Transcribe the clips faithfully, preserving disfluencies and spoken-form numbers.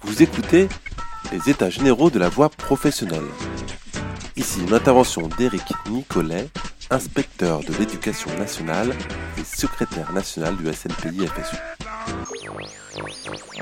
Vous écoutez les États généraux de la voie professionnelle. Ici une intervention d'Éric Nicolet, inspecteur de l'éducation nationale et secrétaire national du S N P I F S U.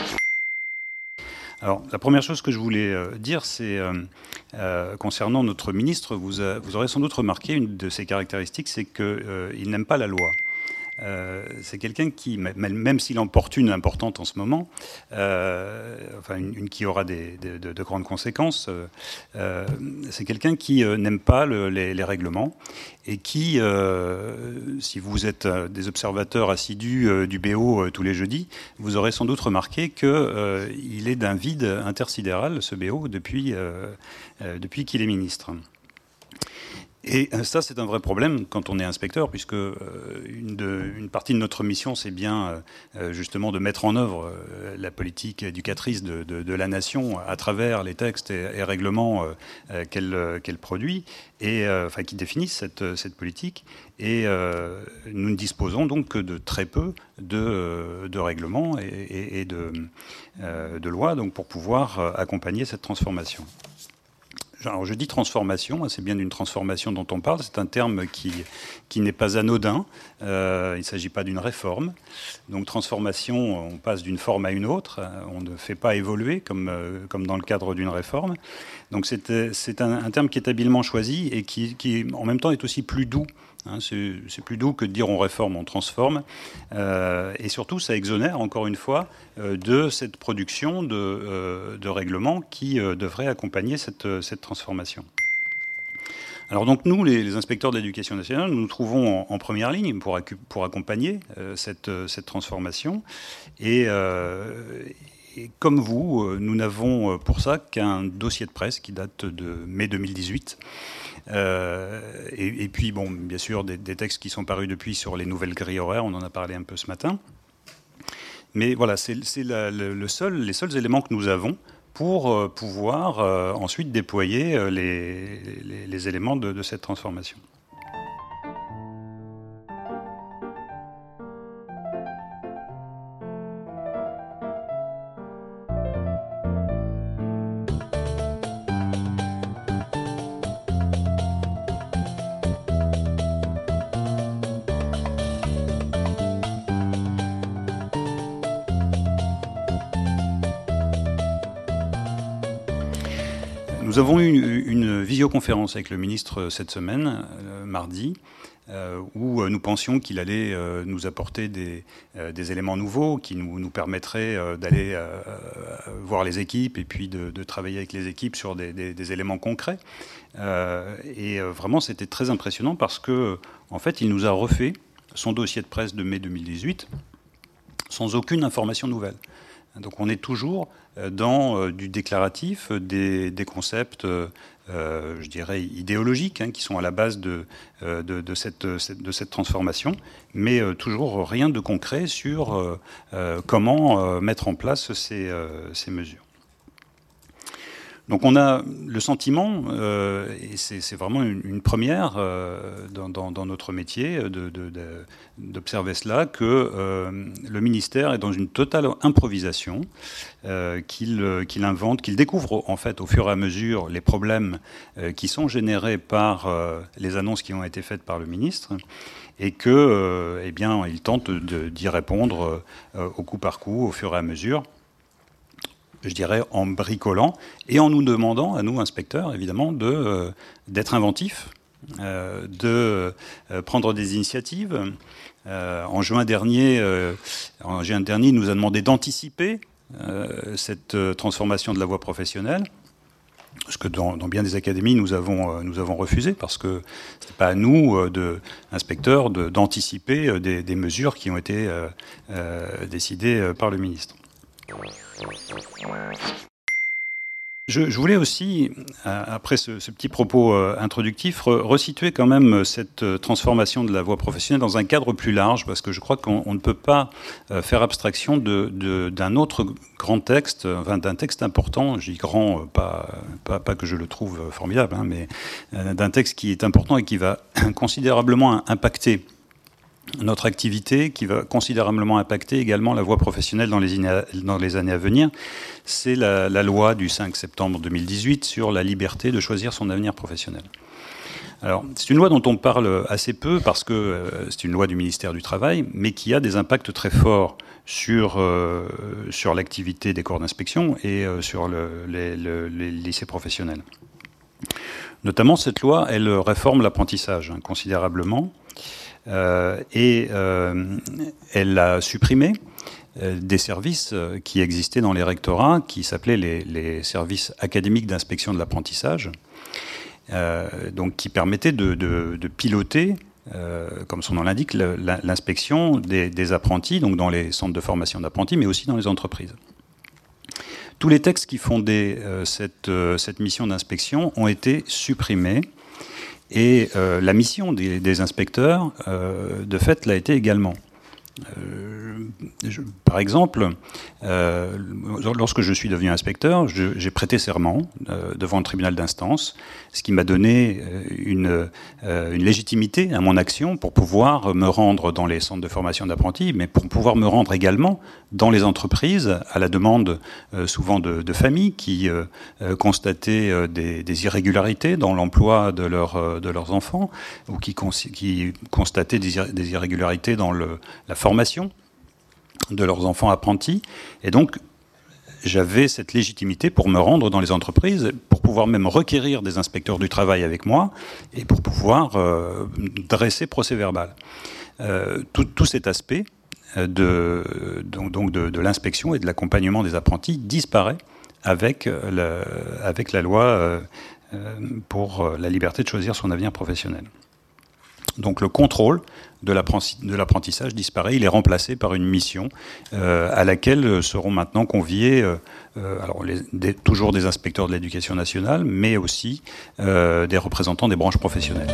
Alors, la première chose que je voulais euh, dire, c'est euh, euh, concernant notre ministre, vous, a, vous aurez sans doute remarqué une de ses caractéristiques, c'est qu'il euh, n'aime pas la loi. Euh, c'est quelqu'un qui, même s'il en porte une importante en ce moment, euh, enfin une, une qui aura des, de, de, de grandes conséquences, euh, c'est quelqu'un qui euh, n'aime pas le, les, les règlements et qui, euh, si vous êtes des observateurs assidus euh, du B O euh, tous les jeudis, vous aurez sans doute remarqué qu'il euh, est d'un vide intersidéral, ce B O, depuis, euh, euh, depuis qu'il est ministre. Et ça, c'est un vrai problème quand on est inspecteur, puisque euh, une, de, une partie de notre mission, c'est bien euh, justement de mettre en œuvre euh, la politique éducatrice de, de, de la nation à travers les textes et, et règlements euh, qu'elle qu'elle produit, et, euh, enfin, qui définissent cette, cette politique. Et euh, nous ne disposons donc que de très peu de, de règlements et, et, et de, euh, de lois donc, pour pouvoir accompagner cette transformation. Alors je dis transformation, c'est bien d'une transformation dont on parle, c'est un terme qui, qui n'est pas anodin, euh, il ne s'agit pas d'une réforme. Donc transformation, on passe d'une forme à une autre, on ne fait pas évoluer comme, euh, comme dans le cadre d'une réforme. Donc c'est, c'est un, un terme qui est habilement choisi et qui, qui en même temps est aussi plus doux. Hein, c'est, c'est plus doux que de dire on réforme, on transforme. Euh, et surtout, ça exonère, encore une fois, euh, de cette production de, euh, de règlements qui euh, devraient accompagner cette, cette transformation. Alors donc nous, les, les inspecteurs de l'éducation nationale, nous nous trouvons en, en première ligne pour, pour accompagner euh, cette, cette transformation. Et, euh, et comme vous, nous n'avons pour ça qu'un dossier de presse qui date de mai deux mille dix-huit. Euh, et, et puis, bon, bien sûr, des, des textes qui sont parus depuis sur les nouvelles grilles horaires, on en a parlé un peu ce matin. Mais voilà, c'est, c'est la, le, le seul, les seuls éléments que nous avons pour euh, pouvoir euh, ensuite déployer euh, les, les, les éléments de, de cette transformation. Nous avons eu une visioconférence avec le ministre cette semaine, euh, mardi, euh, où nous pensions qu'il allait euh, nous apporter des, euh, des éléments nouveaux qui nous, nous permettraient euh, d'aller euh, voir les équipes et puis de, de travailler avec les équipes sur des, des, des éléments concrets. Euh, et euh, vraiment, c'était très impressionnant parce que, en fait, il nous a refait son dossier de presse de mai deux mille dix-huit sans aucune information nouvelle. Donc on est toujours dans euh, du déclaratif, des, des concepts, euh, je dirais, idéologiques, hein, qui sont à la base de, euh, de, de, cette, de cette transformation, mais euh, toujours rien de concret sur euh, euh, comment euh, mettre en place ces, euh, ces mesures. Donc on a le sentiment, euh, et c'est, c'est vraiment une, une première euh, dans, dans, dans notre métier, de, de, de, d'observer cela, que euh, le ministère est dans une totale improvisation, euh, qu'il, qu'il invente, qu'il découvre en fait au fur et à mesure les problèmes euh, qui sont générés par euh, les annonces qui ont été faites par le ministre, et que, euh, eh bien, il tente de, d'y répondre euh, au coup par coup, au fur et à mesure. Je dirais, en bricolant et en nous demandant, à nous, inspecteurs, évidemment, de, euh, d'être inventifs, euh, de euh, prendre des initiatives. Euh, en juin dernier, euh, en juin dernier, il nous a demandé d'anticiper euh, cette euh, transformation de la voie professionnelle. Ce que dans, dans bien des académies, nous avons, euh, nous avons refusé, parce que ce n'est pas à nous, euh, de, inspecteurs, de, d'anticiper euh, des, des mesures qui ont été euh, euh, décidées euh, par le ministre. Je, je voulais aussi, après ce, ce petit propos introductif, resituer quand même cette transformation de la voie professionnelle dans un cadre plus large, parce que je crois qu'on on ne peut pas faire abstraction de, de, d'un autre grand texte, enfin, d'un texte important, je dis grand, pas, pas, pas que je le trouve formidable, hein, mais d'un texte qui est important et qui va considérablement impacter notre activité qui va considérablement impacter également la voie professionnelle dans les, dans les années à venir. C'est la, la loi du cinq septembre deux mille dix-huit sur la liberté de choisir son avenir professionnel. Alors, c'est une loi dont on parle assez peu parce que euh, c'est une loi du ministère du Travail, mais qui a des impacts très forts sur, euh, sur l'activité des corps d'inspection et euh, sur le, les, le, les lycées professionnels. Notamment, cette loi, elle réforme l'apprentissage hein, considérablement euh, et euh, elle a supprimé euh, des services qui existaient dans les rectorats, qui s'appelaient les, les services académiques d'inspection de l'apprentissage. Euh, donc qui permettait de, de, de piloter, euh, comme son nom l'indique, l'inspection des, des apprentis, donc dans les centres de formation d'apprentis, mais aussi dans les entreprises. Tous les textes qui fondaient euh, cette, euh, cette mission d'inspection ont été supprimés, et euh, la mission des, des inspecteurs, euh, de fait, l'a été également. Euh, je, par exemple, euh, lorsque je suis devenu inspecteur, j'ai prêté serment euh, devant le tribunal d'instance, ce qui m'a donné une, euh, une légitimité à mon action pour pouvoir me rendre dans les centres de formation d'apprentis, mais pour pouvoir me rendre également dans les entreprises, à la demande euh, souvent de, de familles qui euh, constataient euh, des, des irrégularités dans l'emploi de, leur, de leurs enfants, ou qui, qui constataient des, des irrégularités dans le, la formation de leurs enfants apprentis. Et donc, j'avais cette légitimité pour me rendre dans les entreprises, pour pouvoir même requérir des inspecteurs du travail avec moi, et pour pouvoir euh, dresser procès-verbal. Euh, tout, tout cet aspect de, donc, donc de, de l'inspection et de l'accompagnement des apprentis disparaît avec, le, avec la loi euh, pour la liberté de choisir son avenir professionnel. Donc le contrôle de l'apprentissage disparaît, il est remplacé par une mission euh, à laquelle seront maintenant conviés euh, alors les, des, toujours des inspecteurs de l'éducation nationale, mais aussi euh, des représentants des branches professionnelles.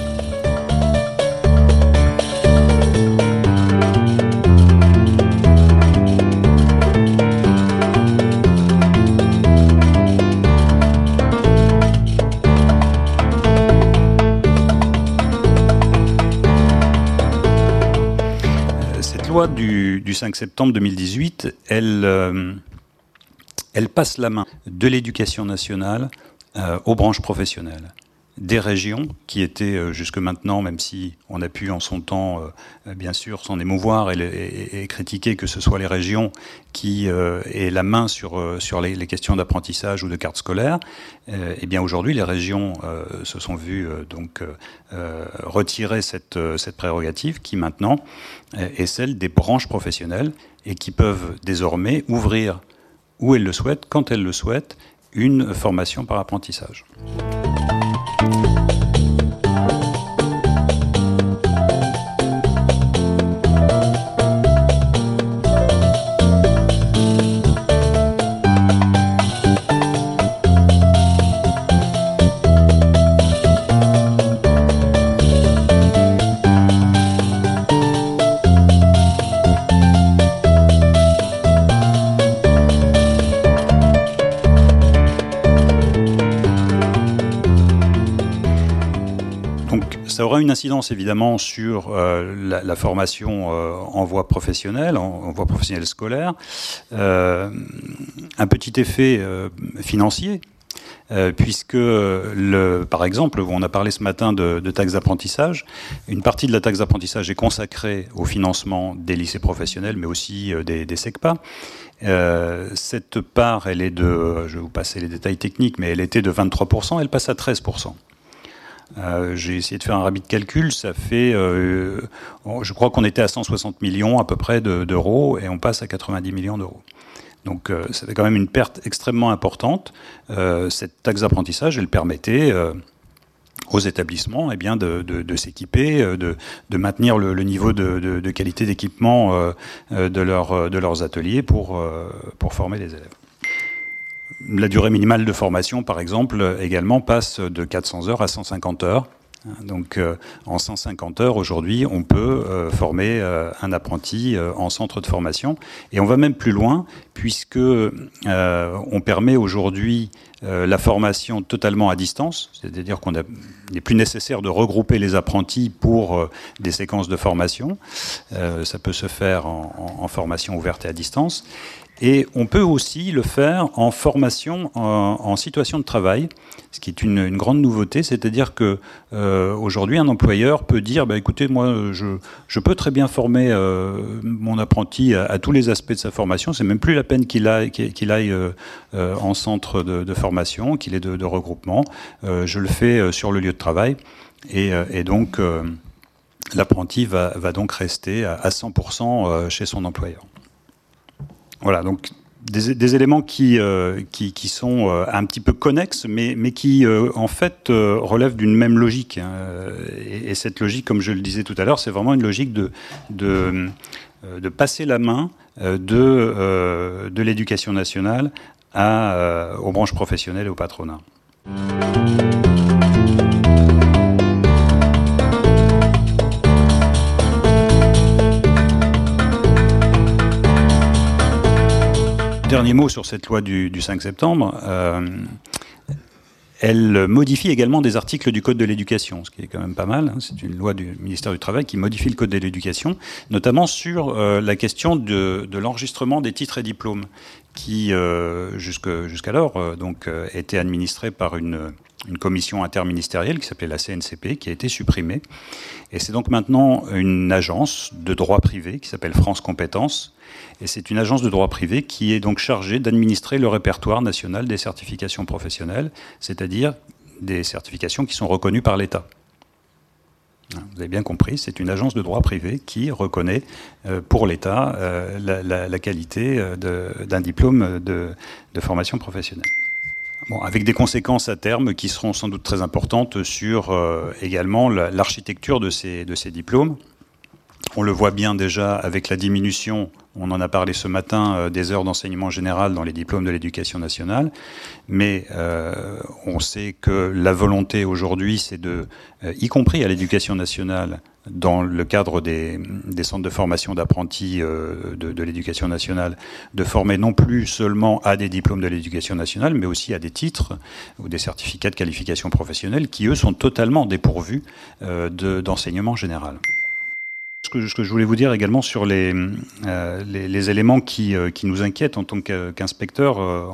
Du, du cinq septembre deux mille dix-huit, elle, euh, elle passe la main de l'éducation nationale euh, aux branches professionnelles, des régions qui étaient euh, jusque maintenant, même si on a pu en son temps, euh, bien sûr, s'en émouvoir et, et, et critiquer que ce soit les régions qui euh, aient la main sur, euh, sur les, les questions d'apprentissage ou de carte scolaire, euh, et bien aujourd'hui les régions euh, se sont vues euh, donc euh, retirer cette, cette prérogative qui maintenant euh, est celle des branches professionnelles et qui peuvent désormais ouvrir où elles le souhaitent, quand elles le souhaitent, une formation par apprentissage. Ça aura une incidence évidemment sur euh, la, la formation euh, en voie professionnelle, en, en voie professionnelle scolaire. Euh, un petit effet euh, financier, euh, puisque, le, par exemple, on a parlé ce matin de, de taxe d'apprentissage. Une partie de la taxe d'apprentissage est consacrée au financement des lycées professionnels, mais aussi euh, des, des SECPA. Euh, cette part, elle est de, je vais vous passer les détails techniques, mais elle était de vingt-trois pour cent, elle passe à treize pour cent. Euh, j'ai essayé de faire un rapide calcul, ça fait, euh, je crois qu'on était à cent soixante millions à peu près d'euros et on passe à quatre-vingt-dix millions d'euros. Donc euh, ça fait quand même une perte extrêmement importante. Euh, cette taxe d'apprentissage, elle permettait euh, aux établissements eh bien, de, de, de s'équiper, de, de maintenir le, le niveau de, de, de qualité d'équipement euh, de, leur, de leurs ateliers pour, euh, pour former les élèves. La durée minimale de formation, par exemple, également passe de quatre cents heures à cent cinquante heures. Donc, euh, en cent cinquante heures, aujourd'hui, on peut euh, former euh, un apprenti euh, en centre de formation. Et on va même plus loin, puisque euh, on permet aujourd'hui euh, la formation totalement à distance, c'est-à-dire qu'on n'est plus nécessaire de regrouper les apprentis pour euh, des séquences de formation. Euh, ça peut se faire en, en, en formation ouverte et à distance. Et on peut aussi le faire en formation en, en situation de travail, ce qui est une, une grande nouveauté, c'est-à-dire que euh, aujourd'hui un employeur peut dire bah, écoutez, moi je, je peux très bien former euh, mon apprenti à, à tous les aspects de sa formation, c'est même plus la peine qu'il aille, qu'il aille euh, euh, en centre de, de formation, qu'il ait de, de regroupement, euh, je le fais euh, sur le lieu de travail, et, euh, et donc euh, l'apprenti va, va donc rester à, à cent pour cent chez son employeur. Voilà, donc des, des éléments qui, euh, qui, qui sont euh, un petit peu connexes, mais, mais qui, euh, en fait, euh, relèvent d'une même logique. Hein. Et, et cette logique, comme je le disais tout à l'heure, c'est vraiment une logique de, de, de passer la main de, euh, de l'éducation nationale à, euh, aux branches professionnelles et au patronat. Dernier mot sur cette loi du, du cinq septembre. Euh, elle modifie également des articles du Code de l'éducation, ce qui est quand même pas mal. Hein. C'est une loi du ministère du Travail qui modifie le Code de l'éducation, notamment sur euh, la question de, de l'enregistrement des titres et diplômes, qui euh, jusque, jusqu'alors euh, donc, euh, était administré par une, une commission interministérielle qui s'appelait la C N C P, qui a été supprimée. Et c'est donc maintenant une agence de droit privé qui s'appelle France Compétences. Et c'est une agence de droit privé qui est donc chargée d'administrer le répertoire national des certifications professionnelles, c'est-à-dire des certifications qui sont reconnues par l'État. Vous avez bien compris, c'est une agence de droit privé qui reconnaît euh, pour l'État euh, la, la, la qualité de, d'un diplôme de, de formation professionnelle. Bon, avec des conséquences à terme qui seront sans doute très importantes sur euh, également la, l'architecture de ces, de ces diplômes. On le voit bien déjà avec la diminution, on en a parlé ce matin, euh, des heures d'enseignement général dans les diplômes de l'éducation nationale, mais euh, on sait que la volonté aujourd'hui, c'est de, euh, y compris à l'éducation nationale, dans le cadre des, des centres de formation d'apprentis euh, de, de l'éducation nationale, de former non plus seulement à des diplômes de l'éducation nationale, mais aussi à des titres ou des certificats de qualification professionnelle qui, eux, sont totalement dépourvus euh, de, d'enseignement général. Ce que, ce que je voulais vous dire également sur les, euh, les, les éléments qui, euh, qui nous inquiètent en tant qu'inspecteur euh,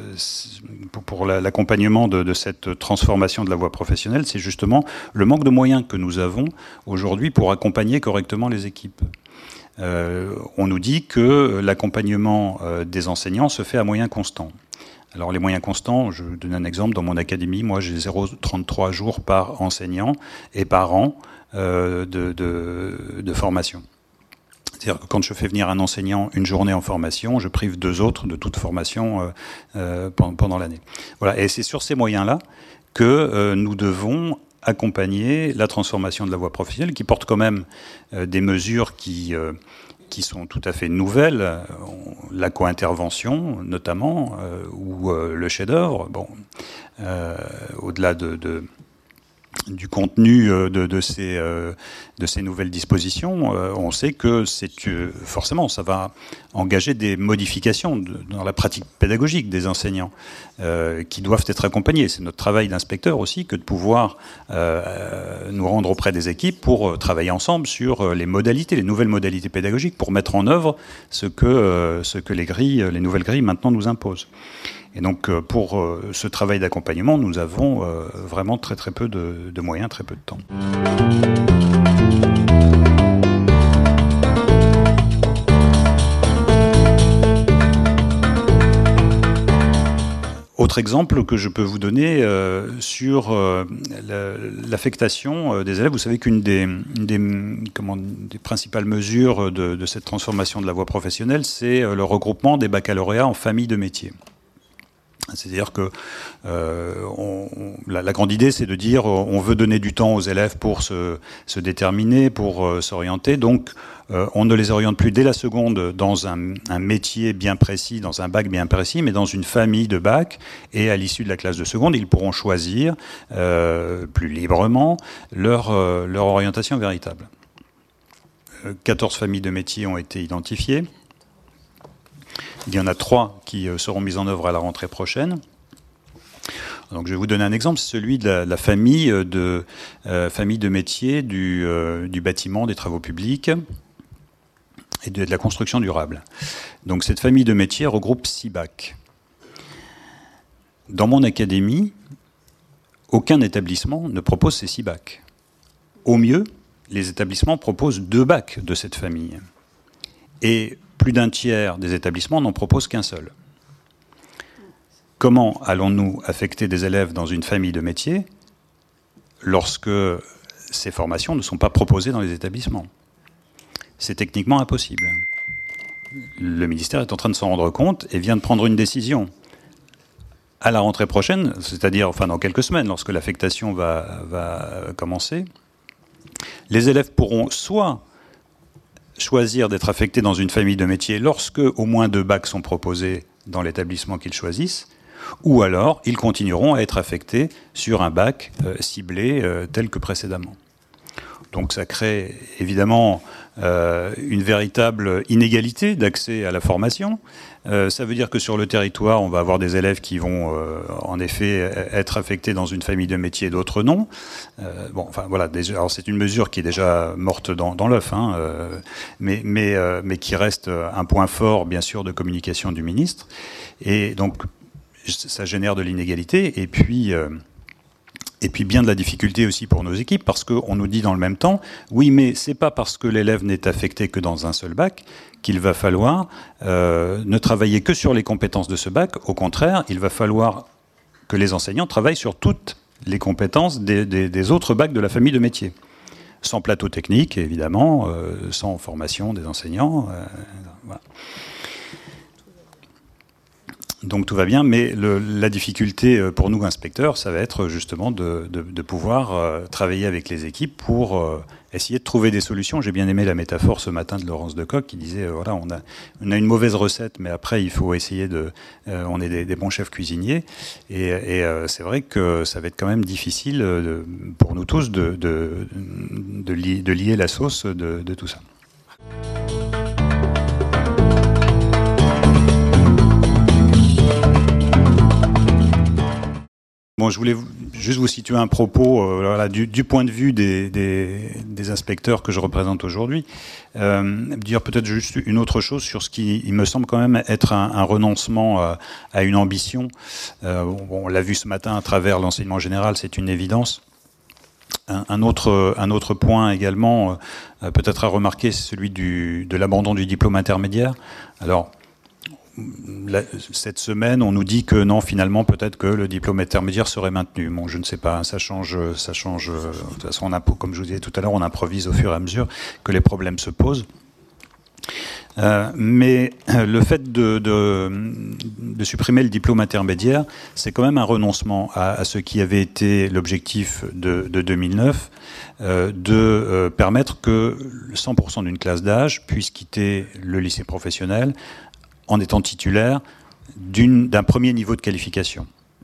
pour, pour l'accompagnement de, de cette transformation de la voie professionnelle, c'est justement le manque de moyens que nous avons aujourd'hui pour accompagner correctement les équipes. Euh, on nous dit que l'accompagnement euh, des enseignants se fait à moyens constants. Alors les moyens constants, je donne un exemple, dans mon académie, moi j'ai zéro virgule trente-trois jours par enseignant et par an euh, de, de, de formation. C'est-à-dire que quand je fais venir un enseignant une journée en formation, je prive deux autres de toute formation euh, euh, pendant, pendant l'année. Voilà. Et c'est sur ces moyens-là que euh, nous devons accompagner la transformation de la voie professionnelle, qui porte quand même euh, des mesures qui... Euh, qui sont tout à fait nouvelles, la co-intervention notamment, euh, ou euh, le chef-d'œuvre. Bon, euh, au-delà de, de, du contenu de, de, ces, euh, de ces nouvelles dispositions, euh, on sait que c'est euh, forcément, ça va engager des modifications de, dans la pratique pédagogique des enseignants euh, qui doivent être accompagnés. C'est notre travail d'inspecteur aussi que de pouvoir euh, nous rendre auprès des équipes pour travailler ensemble sur les modalités, les nouvelles modalités pédagogiques pour mettre en œuvre ce que, euh, ce que les grilles, les nouvelles grilles maintenant nous imposent. Et donc pour ce travail d'accompagnement, nous avons vraiment très très peu de, de moyens, très peu de temps. Autre exemple que je peux vous donner euh, sur euh, l'affectation euh, des élèves. Vous savez qu'une des, des, comment, des principales mesures de, de cette transformation de la voie professionnelle, c'est le regroupement des baccalauréats en familles de métiers. C'est-à-dire que euh, on, la, la grande idée, c'est de dire on veut donner du temps aux élèves pour se, se déterminer, pour euh, s'orienter. Donc, euh, on ne les oriente plus dès la seconde dans un, un métier bien précis, dans un bac bien précis, mais dans une famille de bacs. Et à l'issue de la classe de seconde, ils pourront choisir euh, plus librement leur, euh, leur orientation véritable. quatorze familles de métiers ont été identifiées. Il y en a trois qui seront mises en œuvre à la rentrée prochaine. Donc, je vais vous donner un exemple, c'est celui de la, la famille, de, euh, famille de métiers du, euh, du bâtiment, des travaux publics et de, de la construction durable. Donc, cette famille de métiers regroupe six bacs. Dans mon académie, aucun établissement ne propose ces six bacs. Au mieux, les établissements proposent deux bacs de cette famille. Et plus d'un tiers des établissements n'en proposent qu'un seul. Comment allons-nous affecter des élèves dans une famille de métiers lorsque ces formations ne sont pas proposées dans les établissements? C'est techniquement impossible. Le ministère est en train de s'en rendre compte et vient de prendre une décision. À la rentrée prochaine, c'est-à-dire enfin dans quelques semaines, lorsque l'affectation va, va commencer, les élèves pourront soit choisir d'être affectés dans une famille de métiers lorsque au moins deux bacs sont proposés dans l'établissement qu'ils choisissent, ou alors ils continueront à être affectés sur un bac euh, ciblé euh, tel que précédemment. Donc ça crée évidemment euh, une véritable inégalité d'accès à la formation. Euh, ça veut dire que sur le territoire, on va avoir des élèves qui vont euh, en effet être affectés dans une famille de métiers, d'autres non. Euh, bon, enfin voilà. Déjà, alors c'est une mesure qui est déjà morte dans, dans l'œuf, hein, euh, mais mais euh, mais qui reste un point fort, bien sûr, de communication du ministre. Et donc ça génère de l'inégalité. Et puis euh, Et puis bien de la difficulté aussi pour nos équipes, parce qu'on nous dit dans le même temps, oui, mais c'est pas parce que l'élève n'est affecté que dans un seul bac qu'il va falloir euh, ne travailler que sur les compétences de ce bac. Au contraire, il va falloir que les enseignants travaillent sur toutes les compétences des, des, des autres bacs de la famille de métiers. Sans plateau technique, évidemment, euh, sans formation des enseignants. Euh, voilà. Donc tout va bien, mais le, la difficulté pour nous, inspecteurs, ça va être justement de, de, de pouvoir euh, travailler avec les équipes pour euh, essayer de trouver des solutions. J'ai bien aimé la métaphore ce matin de Laurence Decoq qui disait, euh, voilà, on a, on a une mauvaise recette, mais après il faut essayer de... Euh, on est des, des bons chefs cuisiniers, et, et euh, c'est vrai que ça va être quand même difficile de, pour nous tous de, de, de, lier, de lier la sauce de, de tout ça. Bon, je voulais juste vous situer un propos euh, voilà, du, du point de vue des, des, des inspecteurs que je représente aujourd'hui. Euh, dire peut-être juste une autre chose sur ce qui il me semble quand même être un, un renoncement à, à une ambition. Euh, bon, on l'a vu ce matin à travers l'enseignement général, c'est une évidence. Un, un, autre, un autre point également, euh, peut-être à remarquer, c'est celui du, de l'abandon du diplôme intermédiaire. Alors, La, cette semaine, on nous dit que non, finalement, peut-être que le diplôme intermédiaire serait maintenu. Bon, je ne sais pas, ça change, ça change. De toute façon, on a, comme je vous disais tout à l'heure, on improvise au fur et à mesure que les problèmes se posent. Euh, mais le fait de, de, de supprimer le diplôme intermédiaire, c'est quand même un renoncement à, à ce qui avait été l'objectif de, de deux mille neuf, euh, de euh, permettre que cent pour cent d'une classe d'âge puisse quitter le lycée professionnel en étant titulaire d'une, d'un premier niveau de qualification.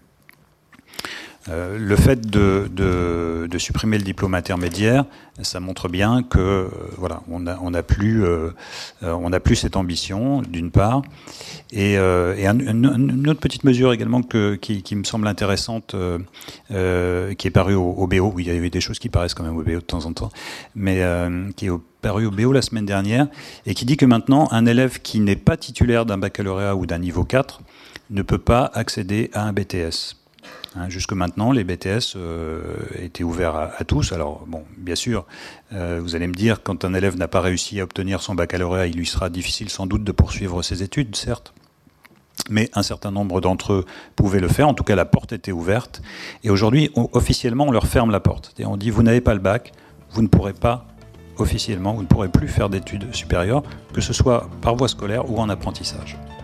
Euh, le fait de, de, de supprimer le diplôme intermédiaire, ça montre bien que euh, voilà, on a, on a plus, euh, on a plus cette ambition, d'une part, et, euh, et un, une, une autre petite mesure également que, qui, qui me semble intéressante, euh, euh, qui est parue au, au B O, où il y avait des choses qui paraissent quand même au B O de temps en temps, mais euh, qui est au paru au B O la semaine dernière, et qui dit que maintenant, un élève qui n'est pas titulaire d'un baccalauréat ou d'un niveau quatre ne peut pas accéder à un B T S. Hein, jusque maintenant, les B T S euh, étaient ouverts à, à tous. Alors, bon, bien sûr, euh, vous allez me dire, quand un élève n'a pas réussi à obtenir son baccalauréat, il lui sera difficile sans doute de poursuivre ses études, certes. Mais un certain nombre d'entre eux pouvaient le faire. En tout cas, la porte était ouverte. Et aujourd'hui, on, officiellement, on leur ferme la porte. C'est-à-dire, on dit, vous n'avez pas le bac, vous ne pourrez pas officiellement, vous ne pourrez plus faire d'études supérieures, que ce soit par voie scolaire ou en apprentissage.